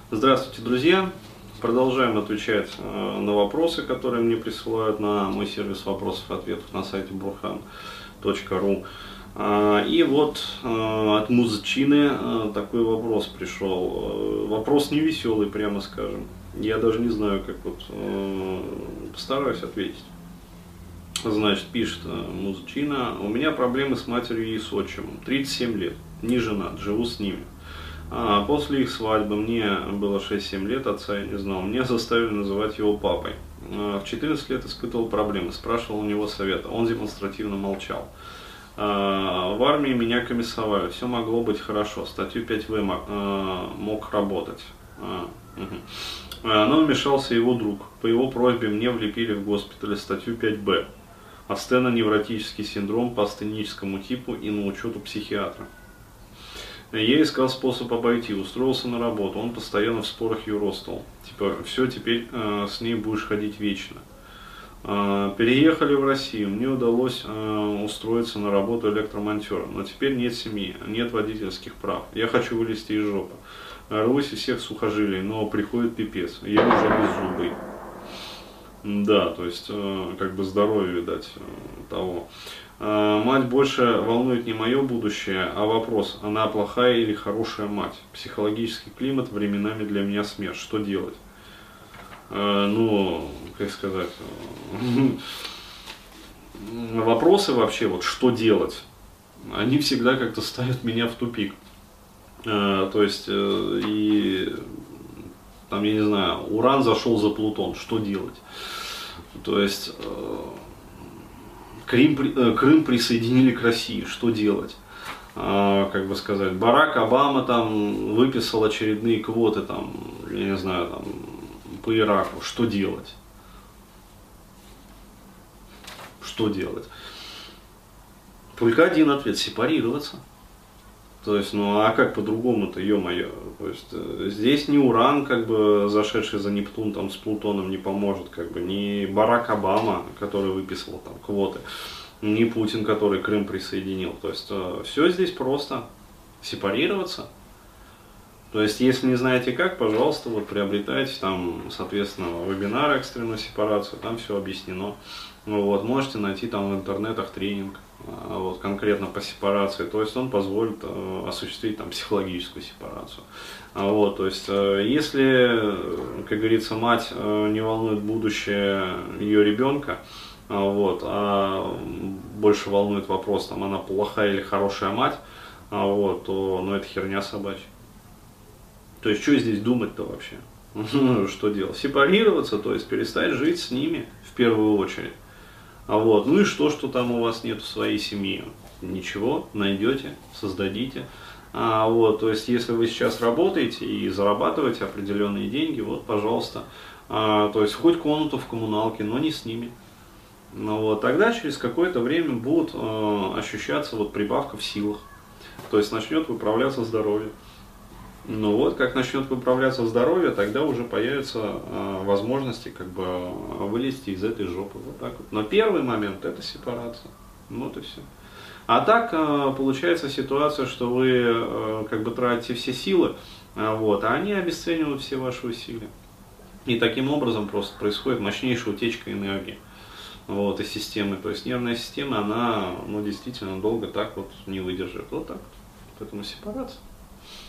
Здравствуйте, друзья! Продолжаем отвечать на вопросы, которые мне присылают на мой сервис вопросов и ответов на сайте burhan.ru. И вот от мужчины такой вопрос пришел. Вопрос невеселый, прямо скажем. Я даже не знаю, как вот постараюсь ответить. Значит, пишет мужчина: у меня проблемы с матерью и с отчимом. 37 лет, не женат, живу с ними. После их свадьбы, мне было 6-7 лет, отца я не знал, меня заставили называть его папой. В 14 лет испытывал проблемы, спрашивал у него совета, он демонстративно молчал. В армии меня комиссовали, все могло быть хорошо, статью 5В мог работать. Но вмешался его друг, по его просьбе мне влепили в госпитале статью 5Б. Астеноневротический синдром по астеническому типу и на учету психиатра. Я искал способ обойти, устроился на работу, он постоянно в спорах юростал. Типа, все, теперь с ней будешь ходить вечно. Переехали в Россию, мне удалось устроиться на работу электромонтером, но теперь нет семьи, нет водительских прав. Я хочу вылезти из жопы. Рвусь из всех сухожилий, но приходит пипец, я уже беззубый. Да, то есть, как бы здоровье, видать, того. Мать больше волнует не мое будущее, а вопрос, она плохая или хорошая мать. Психологический климат временами для меня смерть. Что делать? Ну, как сказать, вопросы вообще, вот что делать, они всегда как-то ставят меня в тупик. То есть, и там, я не знаю, Уран зашел за Плутон, что делать? То есть, Крым присоединили к России, что делать? Как бы сказать, Барак Обама там выписал очередные квоты, там, я не знаю, там, по Ираку, что делать? Что делать? Только один ответ: сепарироваться. То есть, ну а как по-другому-то, ё-моё. То есть, здесь ни Уран, как бы, зашедший за Нептун там с Плутоном, не поможет, как бы, ни Барак Обама, который выписал там квоты, ни Путин, который Крым присоединил. То есть, все здесь просто: сепарироваться. То есть, если не знаете как, пожалуйста, вот приобретайте там, соответственно, вебинары экстренную сепарацию, там все объяснено. Вот, можете найти там в интернетах тренинг, вот, конкретно по сепарации, то есть он позволит осуществить там психологическую сепарацию. Вот, то есть, если, как говорится, мать не волнует будущее ее ребенка, вот, а больше волнует вопрос, там, она плохая или хорошая мать, вот, то, ну, это херня собачья. То есть, что здесь думать-то вообще? Что делать? Сепарироваться, то есть перестать жить с ними в первую очередь. Вот. Ну и что там у вас нет своей семьи? Ничего, найдете, создадите. Вот. То есть, если вы сейчас работаете и зарабатываете определенные деньги, вот, пожалуйста, то есть хоть комнату в коммуналке, но не с ними. Ну, вот. Тогда через какое-то время будет ощущаться вот прибавка в силах. То есть начнет выправляться здоровье. Ну вот, как начнет выправляться здоровье, тогда уже появятся возможности как бы вылезти из этой жопы. Вот так вот. Но первый момент — это сепарация. Вот и все. А так получается ситуация, что вы как бы тратите все силы, вот, а они обесценивают все ваши усилия. И таким образом просто происходит мощнейшая утечка энергии, вот, из системы. То есть нервная система, она, ну, действительно долго так вот не выдержит. Вот так вот. Поэтому сепарация.